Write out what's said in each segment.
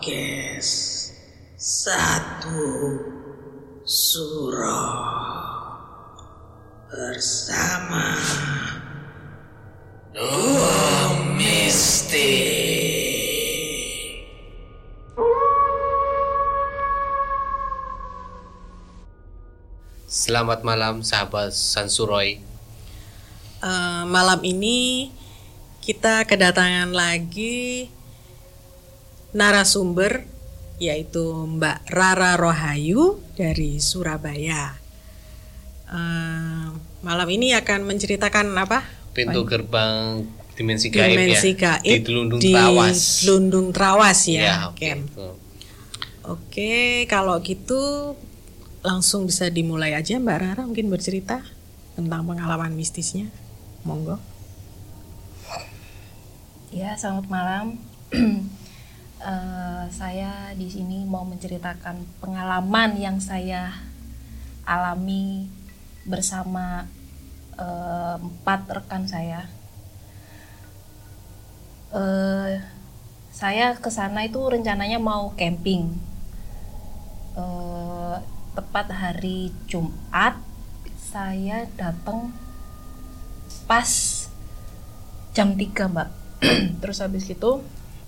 Podcast Satu Suro bersama Dua Mistik. Selamat malam sahabat Sansuroy. Malam ini kita kedatangan lagi narasumber, yaitu Mbak Rara Rohayu dari Surabaya. Malam ini akan menceritakan apa? Pintu gerbang dimensi gaib Dimensi ya. gaib Di Lundung Trawas ya. Ya, oke. Oke, kalau gitu langsung bisa dimulai aja Mbak Rara mungkin bercerita tentang pengalaman mistisnya. Monggo. Ya, selamat malam. Saya di sini mau menceritakan pengalaman yang saya alami bersama 4 rekan saya. Saya kesana itu rencananya mau camping. Tepat hari Jumat saya datang pas jam 3, Mbak. Terus habis itu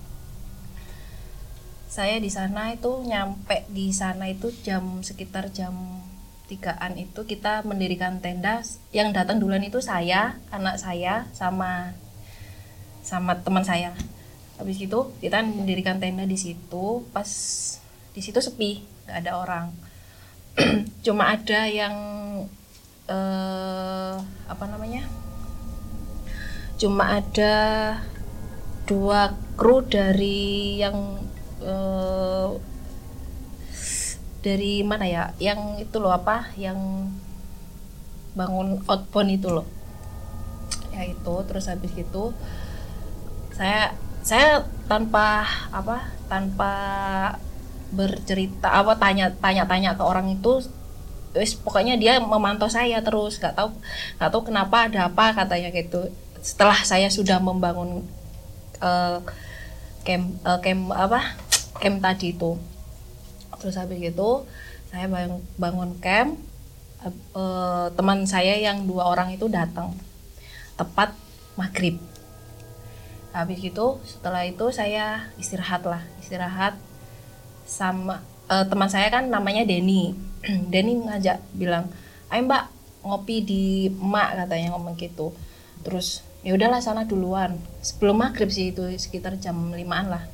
saya di sana itu nyampe di sana itu sekitar jam 3-an itu kita mendirikan tenda. Yang datang duluan itu saya, anak saya sama teman saya. Habis itu kita mendirikan tenda di situ. Pas di situ sepi, nggak ada orang. Cuma ada yang cuma ada 2 kru dari yang dari mana ya, yang itu loh yang bangun outbound itu loh ya itu. Terus habis gitu saya tanpa bercerita tanya ke orang itu, pokoknya dia memantau saya terus, nggak tahu kenapa, ada apa katanya gitu. Setelah saya sudah membangun camp tadi itu. Terus habis gitu saya bangun camp, teman saya yang 2 orang itu datang tepat maghrib. Habis gitu setelah itu saya istirahat sama teman saya kan namanya Denny. Denny ngajak bilang, ayo Mbak ngopi di emak, katanya ngomong gitu. Terus ya udahlah sana duluan, sebelum maghrib sih itu, sekitar jam 5-an lah.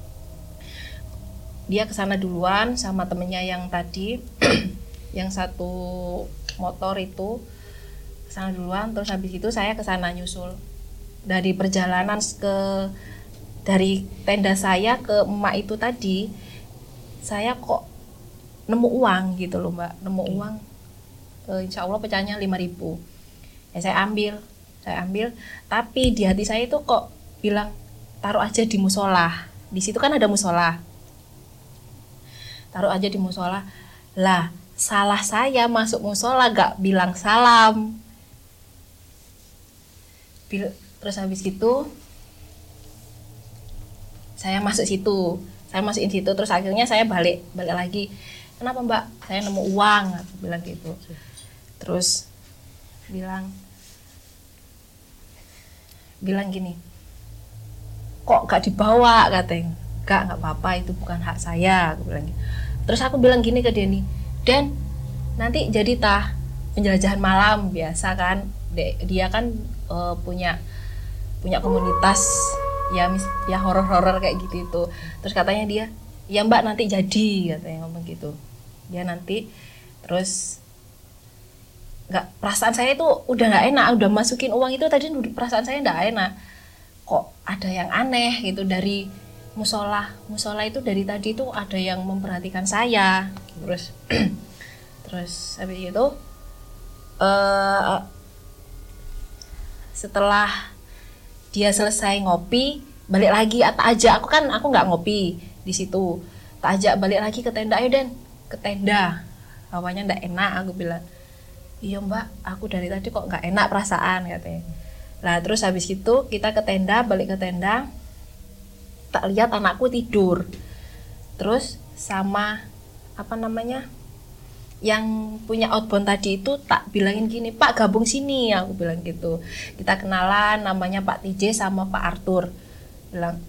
Dia kesana duluan sama temennya yang tadi yang satu motor itu kesana duluan. Terus habis itu saya kesana nyusul. Dari perjalanan dari tenda saya ke emak itu tadi, saya kok nemu uang gitu loh Mbak, nemu uang, insya Allah pecahnya 5.000. Ya saya ambil, tapi di hati saya itu kok bilang taruh aja di musola. Di situ kan ada musola, taruh aja di musola. Lah salah saya masuk musola gak bilang salam. Terus habis gitu saya masukin situ. Terus akhirnya saya balik lagi. Kenapa Mbak? Saya nemu uang, aku bilang gitu. Terus bilang gini, kok gak dibawa, katanya. Gak apa-apa, itu bukan hak saya, aku bilang gitu. Terus aku bilang gini ke Denny, Dan, nanti jadi penjelajahan malam biasa kan. Dia kan punya komunitas ya horor-horor kayak gitu itu. Terus katanya dia, ya Mbak nanti jadi, katanya ngomong gitu. Dia nanti. Terus perasaan saya itu udah nggak enak, udah masukin uang itu tadi, perasaan saya nggak enak. Kok ada yang aneh gitu dari musola itu, dari tadi tuh ada yang memperhatikan saya. Terus habis itu setelah dia selesai ngopi, balik lagi. Aku nggak ngopi di situ. Tak ajak balik lagi ke tenda, ayo Den, ke tenda. Hawanya nggak enak, aku bilang. Iya Mbak, aku dari tadi kok nggak enak perasaan, katanya. Nah terus habis itu kita balik ke tenda. Tak lihat anakku tidur. Terus sama apa namanya, yang punya outbound tadi itu tak bilangin gini, Pak gabung sini, aku bilang gitu. Kita kenalan, namanya Pak TJ sama Pak Arthur. Bilang,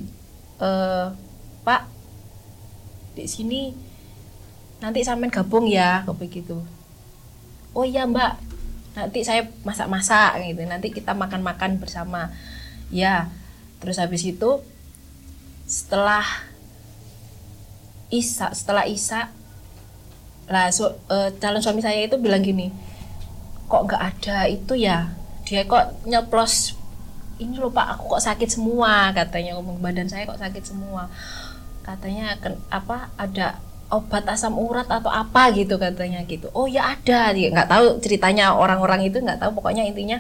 Pak di sini nanti sampean gabung ya, aku begitu. Oh iya Mbak, nanti saya masak-masak gitu, nanti kita makan-makan bersama. Ya, terus habis itu setelah Isa lah calon suami saya itu bilang gini, kok nggak ada itu ya, dia kok nyeplos ini loh Pak, aku kok sakit semua, katanya, ngomong badan saya kok sakit semua, katanya apa ada obat asam urat atau apa gitu, katanya gitu. Oh ya ada, dia nggak tahu ceritanya orang-orang itu, nggak tahu, pokoknya intinya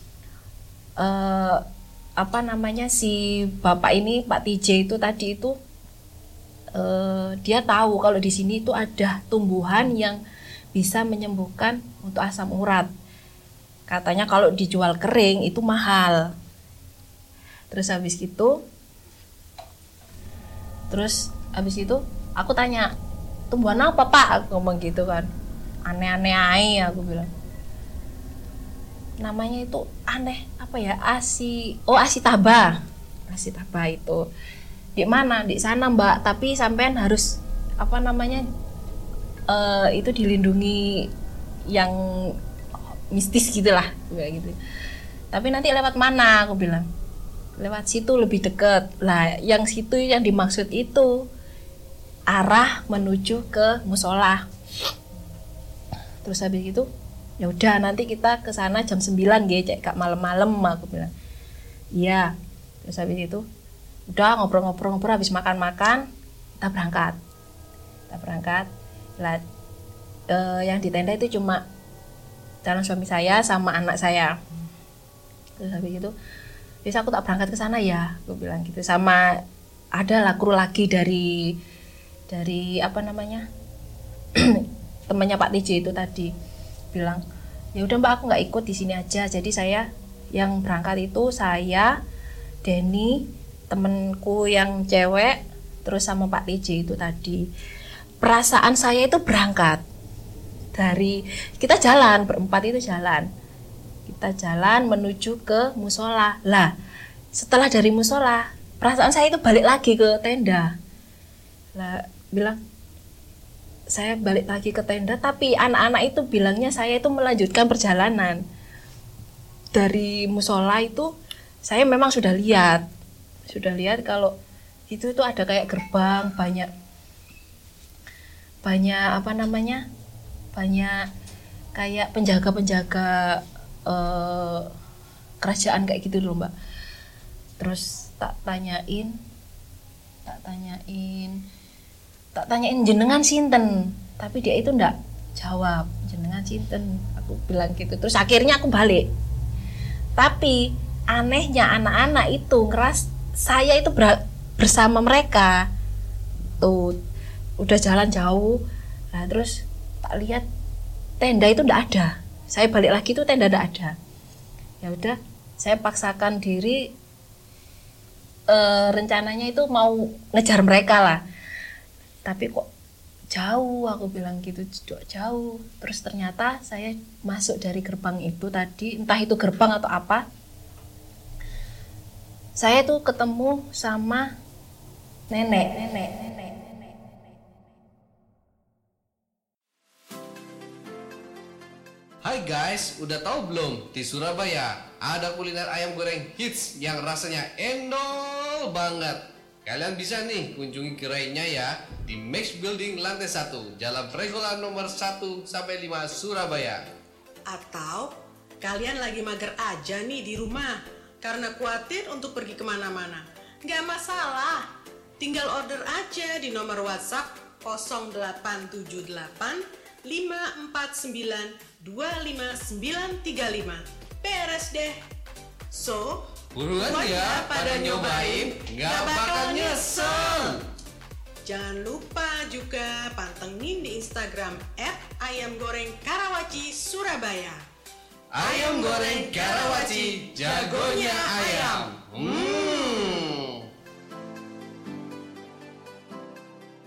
apa namanya, si bapak ini Pak TJ itu tadi itu dia tahu kalau di sini itu ada tumbuhan yang bisa menyembuhkan untuk asam urat. Katanya kalau dijual kering itu mahal. Terus habis itu aku tanya, tumbuhan apa Pak? Aku ngomong gitu kan. Aneh-aneh aja aku bilang. Namanya itu aneh, apa ya? Asitaba. Asitaba itu. Di mana? Di sana Mbak, tapi sampean harus apa namanya, itu dilindungi yang mistis gitulah, kayak gitu. Tapi nanti lewat mana? Aku bilang lewat situ lebih dekat. Lah yang situ yang dimaksud itu arah menuju ke musola. Terus habis itu ya udah nanti kita ke sana jam 9 gitu, cek malam-malam, aku bilang. Iya. Terus habis itu udah ngobrol-ngobrol habis makan-makan kita berangkat lah. Yang di tenda itu cuma calon suami saya sama anak saya. Terus habis itu bisa aku tak berangkat ke sana ya, aku bilang gitu. Sama ada lah kru lagi dari apa namanya temannya Pak TJ itu tadi bilang, ya udah Mbak, aku nggak ikut di sini aja, jadi saya yang berangkat itu saya, Denny, temenku yang cewek, terus sama Pak TJ itu tadi. Perasaan saya itu berangkat dari, kita jalan berempat itu kita jalan menuju ke musola. Lah setelah dari musola perasaan saya itu balik lagi ke tenda. Lah bilang saya balik lagi ke tenda, tapi anak-anak itu bilangnya saya itu melanjutkan perjalanan. Dari musola itu saya memang sudah lihat kalau itu ada kayak gerbang, banyak apa namanya, banyak kayak penjaga kerajaan kayak gitu loh Mbak. Terus tak tanyain jenengan sinten, tapi dia itu ndak jawab jenengan sinten, aku bilang gitu. Terus akhirnya aku balik, tapi anehnya anak-anak itu ngeras saya itu bersama mereka tuh udah jalan jauh. Nah terus tak lihat tenda itu ndak ada, saya balik lagi tuh tenda ndak ada. Ya udah saya paksakan diri, rencananya itu mau ngejar mereka lah, tapi kok jauh, aku bilang gitu, jauh. Terus ternyata saya masuk dari gerbang itu tadi, entah itu gerbang atau apa, saya tuh ketemu sama nenek. Hai guys, udah tahu belum? Di Surabaya ada kuliner ayam goreng hits yang rasanya endol banget. Kalian bisa nih kunjungi gerainya ya di Max Building lantai 1, Jalan Pregola nomor 1-5 Surabaya. Atau kalian lagi mager aja nih di rumah karena khawatir untuk pergi kemana-mana. Nggak masalah, tinggal order aja di nomor WhatsApp 0878 549 25935. Beres deh. So, buruan ya pada nyobain, nggak bakal nyesel. Jangan lupa juga pantengin di Instagram @ayamgorengkarawaci Surabaya. Ayam goreng Karawaci, jagonya ayam.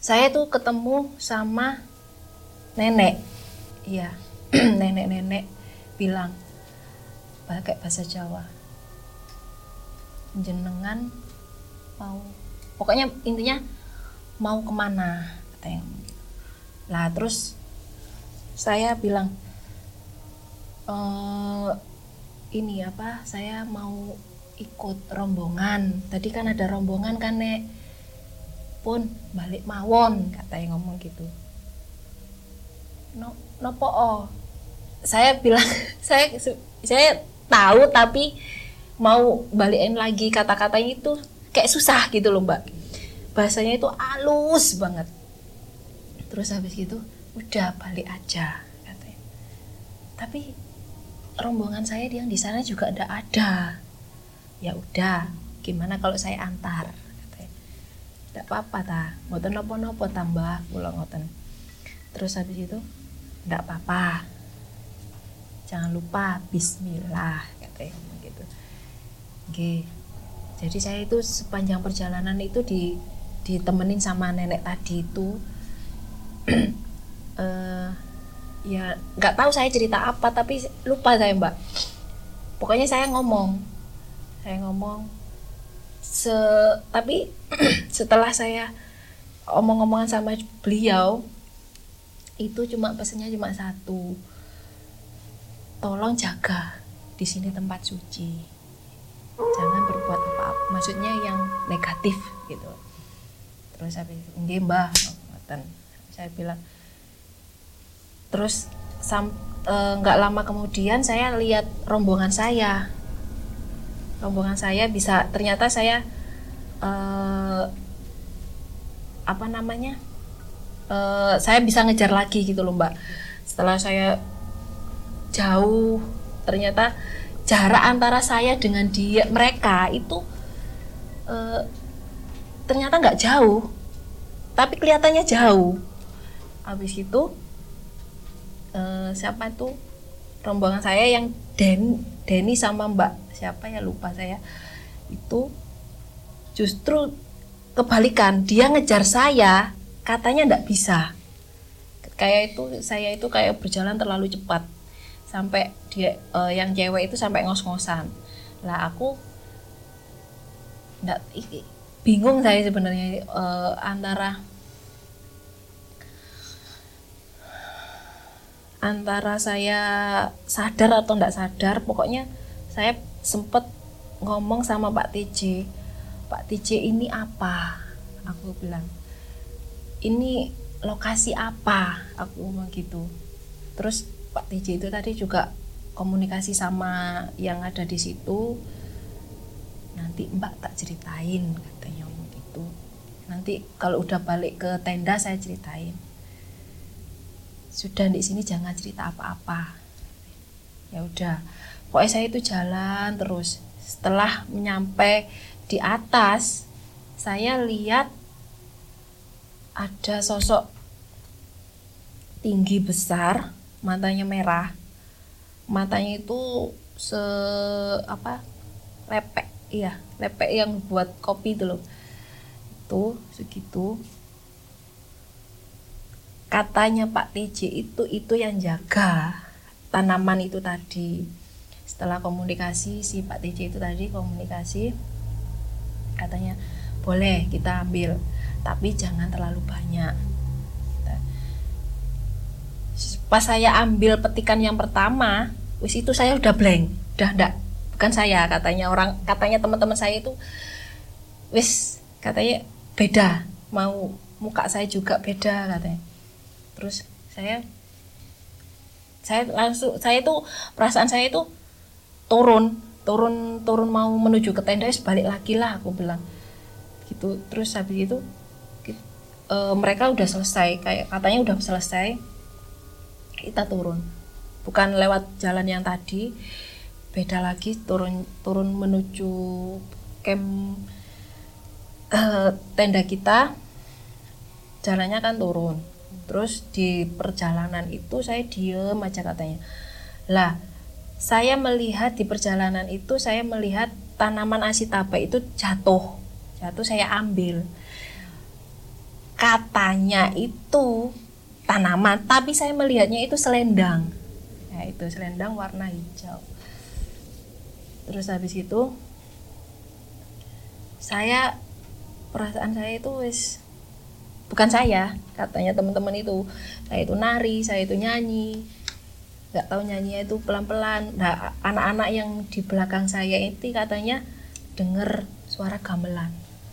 saya tuh ketemu sama nenek, iya. Nenek-nenek bilang pakai bahasa Jawa, jenengan mau, pokoknya intinya mau kemana katanya. Lah terus saya bilang ini apa, saya mau ikut rombongan, tadi kan ada rombongan kan Nek, pun balik mawon katanya, ngomong gitu. Nopo saya bilang saya tahu tapi mau balikin lagi kata-katanya itu kayak susah gitu loh Mbak, bahasanya itu halus banget. Terus habis gitu udah balik aja katanya, tapi rombongan saya yang di sana juga ndak ada. Ya udah, gimana kalau saya antar katanya. Ndak apa-apa ta, mboten napa-napa tambah kula ngoten. Terus habis itu ndak apa-apa, jangan lupa bismillah katanya gitu. Oke. Jadi saya itu sepanjang perjalanan itu ditemenin sama nenek tadi itu. Ya nggak tahu saya cerita apa, tapi lupa saya Mbak. Pokoknya saya ngomong tapi setelah saya omong-omongan sama beliau itu pesannya cuma satu, tolong jaga di sini tempat suci, jangan berbuat apa-apa, maksudnya yang negatif gitu. Terus habis nggih Mbah, saya bilang. Terus nggak lama kemudian saya lihat rombongan saya bisa, ternyata saya saya bisa ngejar lagi gitu loh Mbak. Setelah saya jauh, ternyata jarak antara saya dengan mereka itu ternyata nggak jauh, tapi kelihatannya jauh. Habis itu siapa tuh rombongan saya yang Denny sama Mbak siapa ya lupa saya, itu justru kebalikan, dia ngejar saya, katanya ndak bisa, kayak itu saya itu kayak berjalan terlalu cepat sampai dia yang cewek itu sampai ngos-ngosan. Lah aku ndak bingung saya sebenarnya antara saya sadar atau enggak sadar, pokoknya saya sempet ngomong sama Pak TJ ini apa? Aku bilang, ini lokasi apa? Aku ngomong gitu. Terus Pak TJ itu tadi juga komunikasi sama yang ada di situ. Nanti Mbak tak ceritain, katanya ngomong gitu. Nanti kalau udah balik ke tenda saya ceritain. Sudah di sini jangan cerita apa-apa. Ya udah, pokoknya saya itu jalan terus. Setelah nyampe di atas, saya lihat ada sosok tinggi besar, matanya merah, matanya itu lepek, iya lepek yang buat kopi itu loh, itu segitu. Katanya Pak TJ itu yang jaga tanaman itu tadi. Setelah komunikasi, si Pak TJ itu tadi komunikasi, katanya boleh kita ambil, tapi jangan terlalu banyak. Pas saya ambil petikan yang pertama, wis itu saya udah blank, udah enggak, bukan saya, katanya teman-teman saya itu wis katanya beda, mau muka saya juga beda katanya. Terus saya itu perasaan saya itu turun mau menuju ke tenda, balik lagi lah aku bilang gitu. Terus habis itu mereka udah selesai, kayak katanya udah selesai, kita turun, bukan lewat jalan yang tadi, beda lagi, turun menuju camp tenda kita, jalannya kan turun. Terus di perjalanan itu saya diem aja katanya. Lah, saya melihat di perjalanan itu, saya melihat tanaman asitaba itu jatuh saya ambil. katanya itu tanaman, tapi saya melihatnya itu selendang. Ya, itu selendang warna hijau. Terus habis itu perasaan saya itu bukan saya, katanya teman-teman itu. Saya itu nari, saya itu nyanyi. Nggak tahu nyanyinya itu pelan-pelan. Nah, anak-anak yang di belakang saya itu katanya dengar suara gamelan.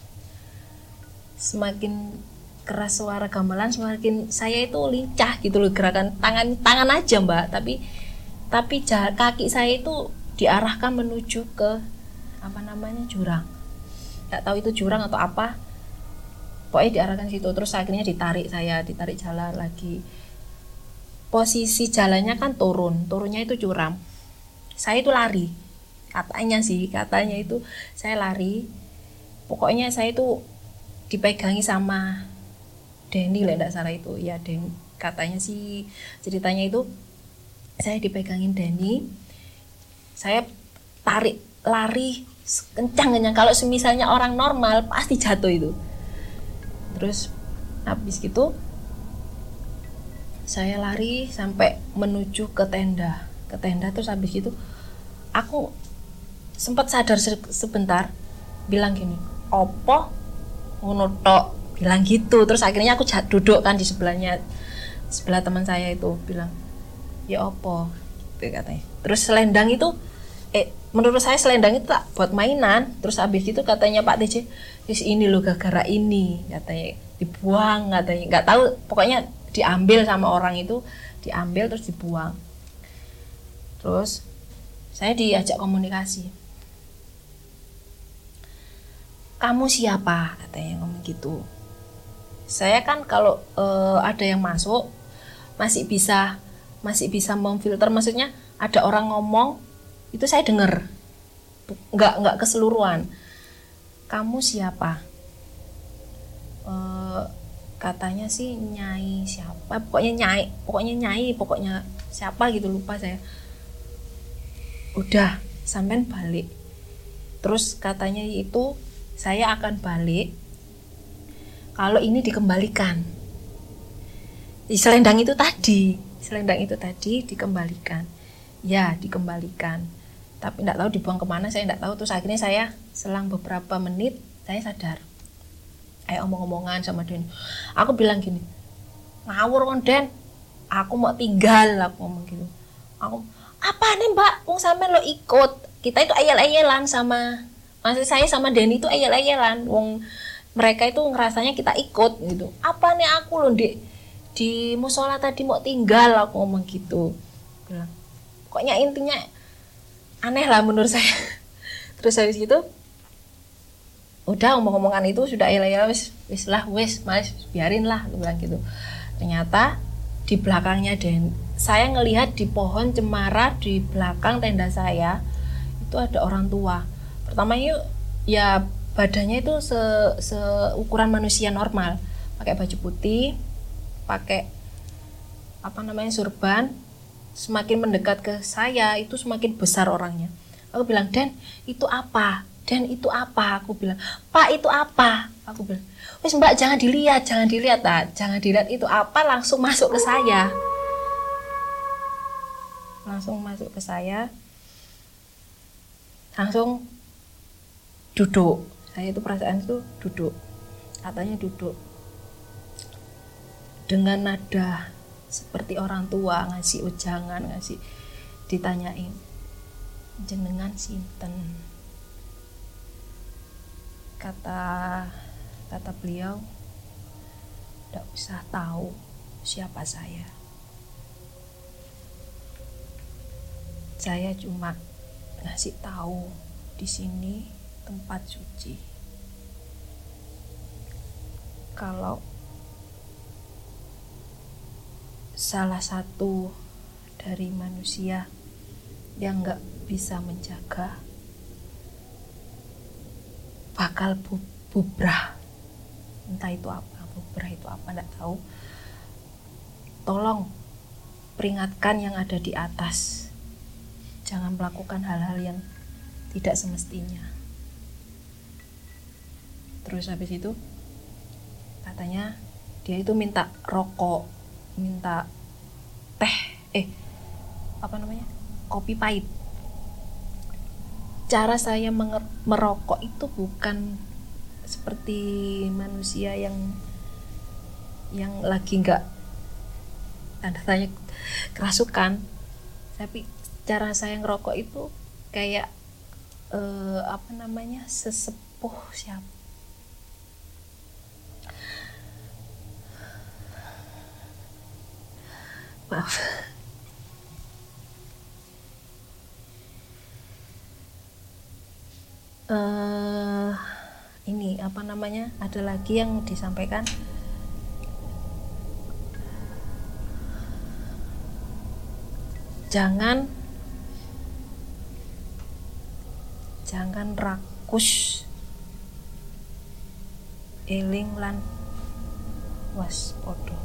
Semakin keras suara gamelan, semakin saya itu lincah gitu loh, gerakan tangan aja Mbak, tapi kaki saya itu diarahkan menuju ke jurang. Nggak tahu itu jurang atau apa, pokoknya diarahkan situ. Terus akhirnya ditarik jalan lagi. Posisi jalannya kan turunnya itu curam. Saya itu lari, katanya itu saya lari. Pokoknya saya itu dipegangi sama Denny lah, enggak salah itu ya, Denny. Katanya sih ceritanya itu saya dipegangin Denny, saya tarik lari kencang-kencang. Kalau semisalnya orang normal pasti jatuh itu. Terus habis gitu saya lari sampai menuju ke tenda. Terus habis itu aku sempat sadar sebentar, bilang gini, opo ngono tok, bilang gitu. Terus akhirnya aku duduk kan di sebelah teman saya itu, bilang ya opo gitu katanya. Terus selendang itu menurut saya selendang itu tak buat mainan. Terus habis itu katanya Pak TJ, ini loh gara-gara ini, katanya dibuang, katanya nggak tahu, pokoknya diambil sama orang itu, diambil terus dibuang. Terus saya diajak komunikasi, kamu siapa, katanya ngomong gitu. Saya kan kalau ada yang masuk masih bisa memfilter, maksudnya ada orang ngomong itu saya dengar, nggak keseluruhan. Kamu siapa? Katanya sih Nyai siapa, pokoknya siapa gitu, lupa saya. Udah sampean balik. Terus katanya itu saya akan balik kalau ini dikembalikan. Selendang itu tadi dikembalikan. Ya, dikembalikan. Tapi enggak tahu dibuang kemana, saya enggak tahu. Terus akhirnya saya selang beberapa menit saya sadar. Omong-omongan sama Den. Aku bilang gini, ngawur kon Den, aku mau tinggal, aku ngomong gitu. Aku, apa nih Mbak, wong sampean lo ikut. Kita itu ayel-ayelan maksud saya sama Den itu ayel-ayelan. Wong mereka itu ngerasanya kita ikut gitu. Apa nih aku lo di musola tadi mau tinggal, aku ngomong gitu. Bilang, pokoknya intinya aneh lah menurut saya. Terus habis itu udah omong-omongan itu sudah wis biarin lah, aku bilang gitu. Ternyata di belakangnya saya ngelihat di pohon cemara di belakang tenda saya itu ada orang tua. Pertamanya ya badannya itu seukuran manusia normal, pakai baju putih, pakai surban. Semakin mendekat ke saya itu semakin besar orangnya. Aku bilang, Den itu apa? Aku bilang, Pak itu apa? Aku bilang, wis Mbak jangan dilihat itu apa, langsung masuk ke saya. Langsung duduk. Saya itu perasaan itu duduk. Katanya duduk dengan nada seperti orang tua ngasih ujangan, ditanyain, jenengan sinten? Kata beliau, tidak usah tahu siapa saya. Saya cuma ngasih tahu di sini tempat suci. Kalau salah satu dari manusia yang nggak bisa menjaga bakal bubrah. Entah itu apa, bubrah itu apa, nggak tahu. Tolong peringatkan yang ada di atas, jangan melakukan hal-hal yang tidak semestinya. Terus habis itu katanya dia itu minta rokok, minta teh, kopi pahit. Cara saya merokok itu bukan seperti manusia yang lagi nggak, tanda tanya, kerasukan. Tapi cara saya ngerokok itu kayak sesepuh siapa, maaf, ini ada lagi yang disampaikan, jangan rakus, eling lan waspada,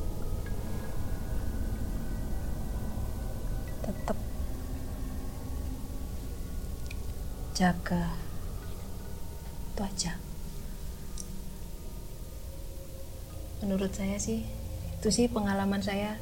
tetap jaga. Itu aja menurut saya sih. Itu sih pengalaman saya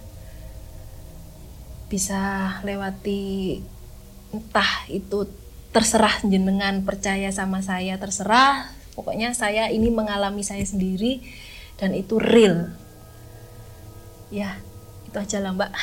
bisa lewati, entah itu terserah jenengan percaya sama saya, terserah, pokoknya saya ini mengalami saya sendiri dan itu real ya. Itu aja lah Mbak.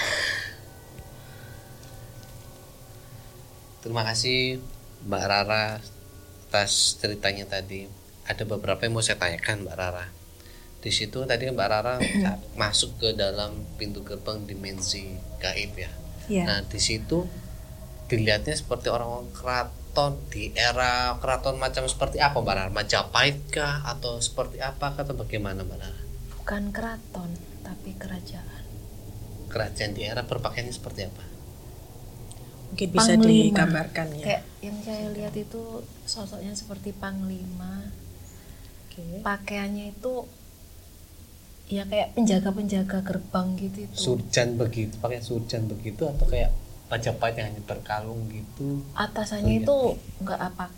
Terima kasih Mbak Rara atas ceritanya tadi. Ada beberapa yang mau saya tanyakan Mbak Rara. Di situ tadi Mbak Rara masuk ke dalam pintu gerbang dimensi gaib ya. Yeah. Nah di situ dilihatnya seperti orang keraton, di era keraton macam seperti apa Mbak Rara? Majapahit kah atau seperti apa atau bagaimana Mbak Rara? Bukan keraton tapi kerajaan. Kerajaan di era berpakaiannya seperti apa? Mungkin bisa Panglima. digambarkan ya. Kayak yang saya lihat itu sosoknya seperti panglima. Oke. Pakaiannya itu ya kayak penjaga gerbang gitu itu. Surjan begitu, pakai surjan begitu atau kayak Majapahit yang hanya berkalung gitu? Atasannya itu nggak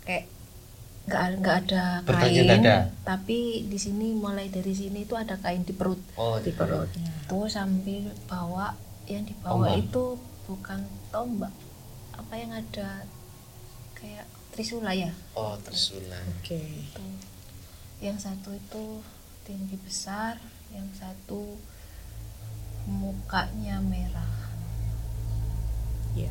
ada Berbagian kain, dada. tapi di sini mulai dari sini itu ada kain di perut. Oh di perutnya. Tuh sambil bawa, yang dibawa Tombak. itu bukan tombak, apa yang ada kayak trisula ya. Oh Trisula. Oke. Tuh. Yang satu itu tinggi besar, yang satu mukanya merah. Ya.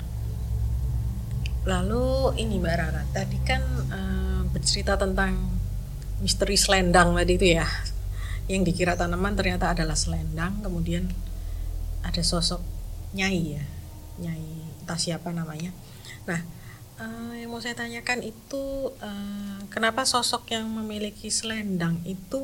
Lalu ini Mbak Rara, tadi kan bercerita tentang misteri selendang tadi itu ya. Yang dikira tanaman ternyata adalah selendang. Kemudian ada sosok nyai ya, nyai entah siapa namanya. Nah, yang mau saya tanyakan itu kenapa sosok yang memiliki selendang itu,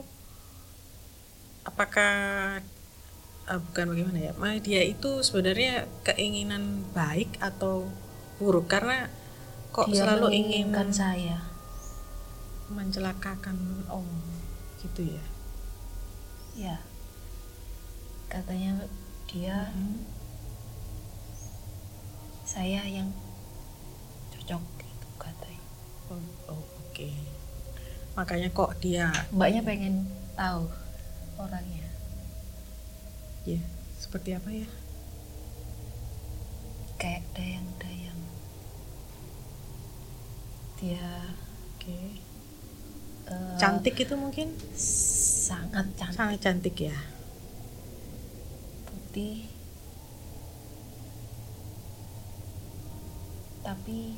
apakah bukan bagaimana ya, dia itu sebenarnya keinginan baik atau buruk, karena kok Dia selalu ingin menginginkan saya. mencelakakan gitu ya. Ya, katanya dia saya yang cocok gitu katanya. Oke. Makanya kok dia Mbaknya pengen tahu orangnya. ya seperti apa ya? Kayak dayang-dayang. Dia Oke. Cantik itu mungkin? sangat cantik, Sangat cantik ya. putih, tapi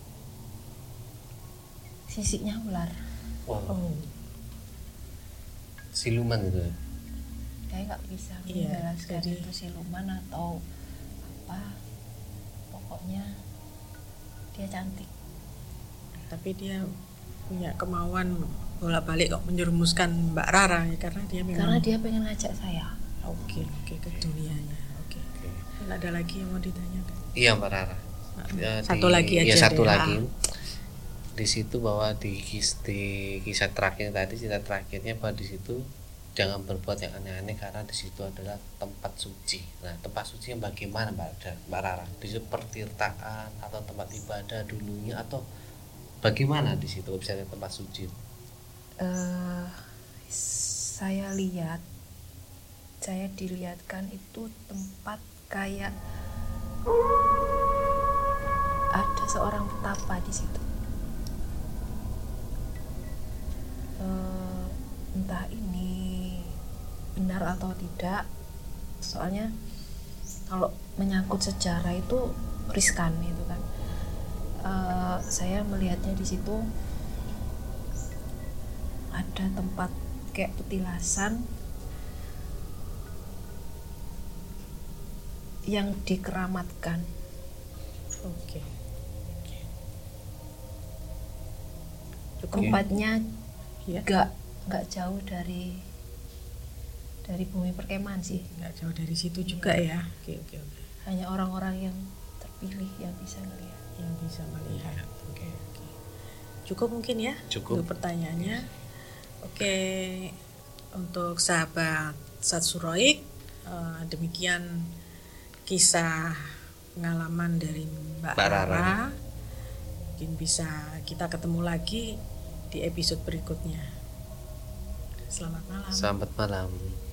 sisiknya ular. Wow. Siluman itu. Saya nggak bisa Iya, menjelaskan jadi- itu siluman atau apa. Pokoknya dia cantik. Tapi dia punya kemauan bolak-balik kok menjerumuskan Mbak Rara ya, karena dia memang Karena dia pengen ngajak saya. oke ke dunianya. Oke. Ada lagi yang mau ditanyakan? Iya Mbak Rara. Satu lagi aja ya satu deh. lagi. Di situ bahwa di kisah terakhir tadi, cerita terakhirnya bahwa di situ jangan berbuat yang aneh-aneh karena di situ adalah tempat suci. Nah, tempat suci yang bagaimana Mbak Rara? Di situ pertirtaan atau tempat ibadah dulunya atau bagaimana di situ bisa ada tempat suci? Saya lihat saya dilihatkan itu tempat kayak ada seorang petapa di situ. Entah ini benar atau tidak, soalnya kalau menyangkut sejarah itu riskan itu kan. Saya melihatnya di situ ada tempat kayak petilasan yang dikeramatkan. Oke. Tempatnya Ya. nggak jauh dari bumi perkemahan sih. Nggak jauh dari situ juga ya. Oke. Hanya orang-orang yang terpilih yang bisa melihat. Yang bisa melihat. Oke. Cukup mungkin ya. Cukup. Untuk pertanyaannya. Oke. Untuk sahabat Satsuroik, demikian kisah pengalaman dari Mbak Rara. Mungkin bisa kita ketemu lagi di episode berikutnya. Selamat malam. Selamat malam.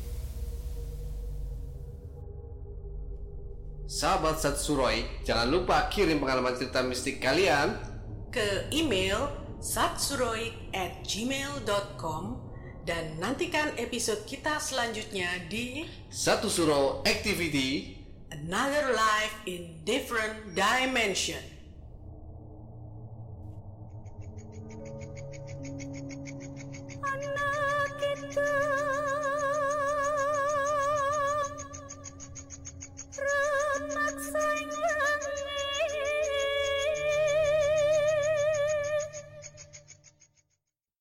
Sahabat Satsuroi, jangan lupa kirim pengalaman cerita mistik kalian Ke email satsuroik@gmail.com dan nantikan episode kita selanjutnya di Satu Suro Activity. Another Life in Different Dimension.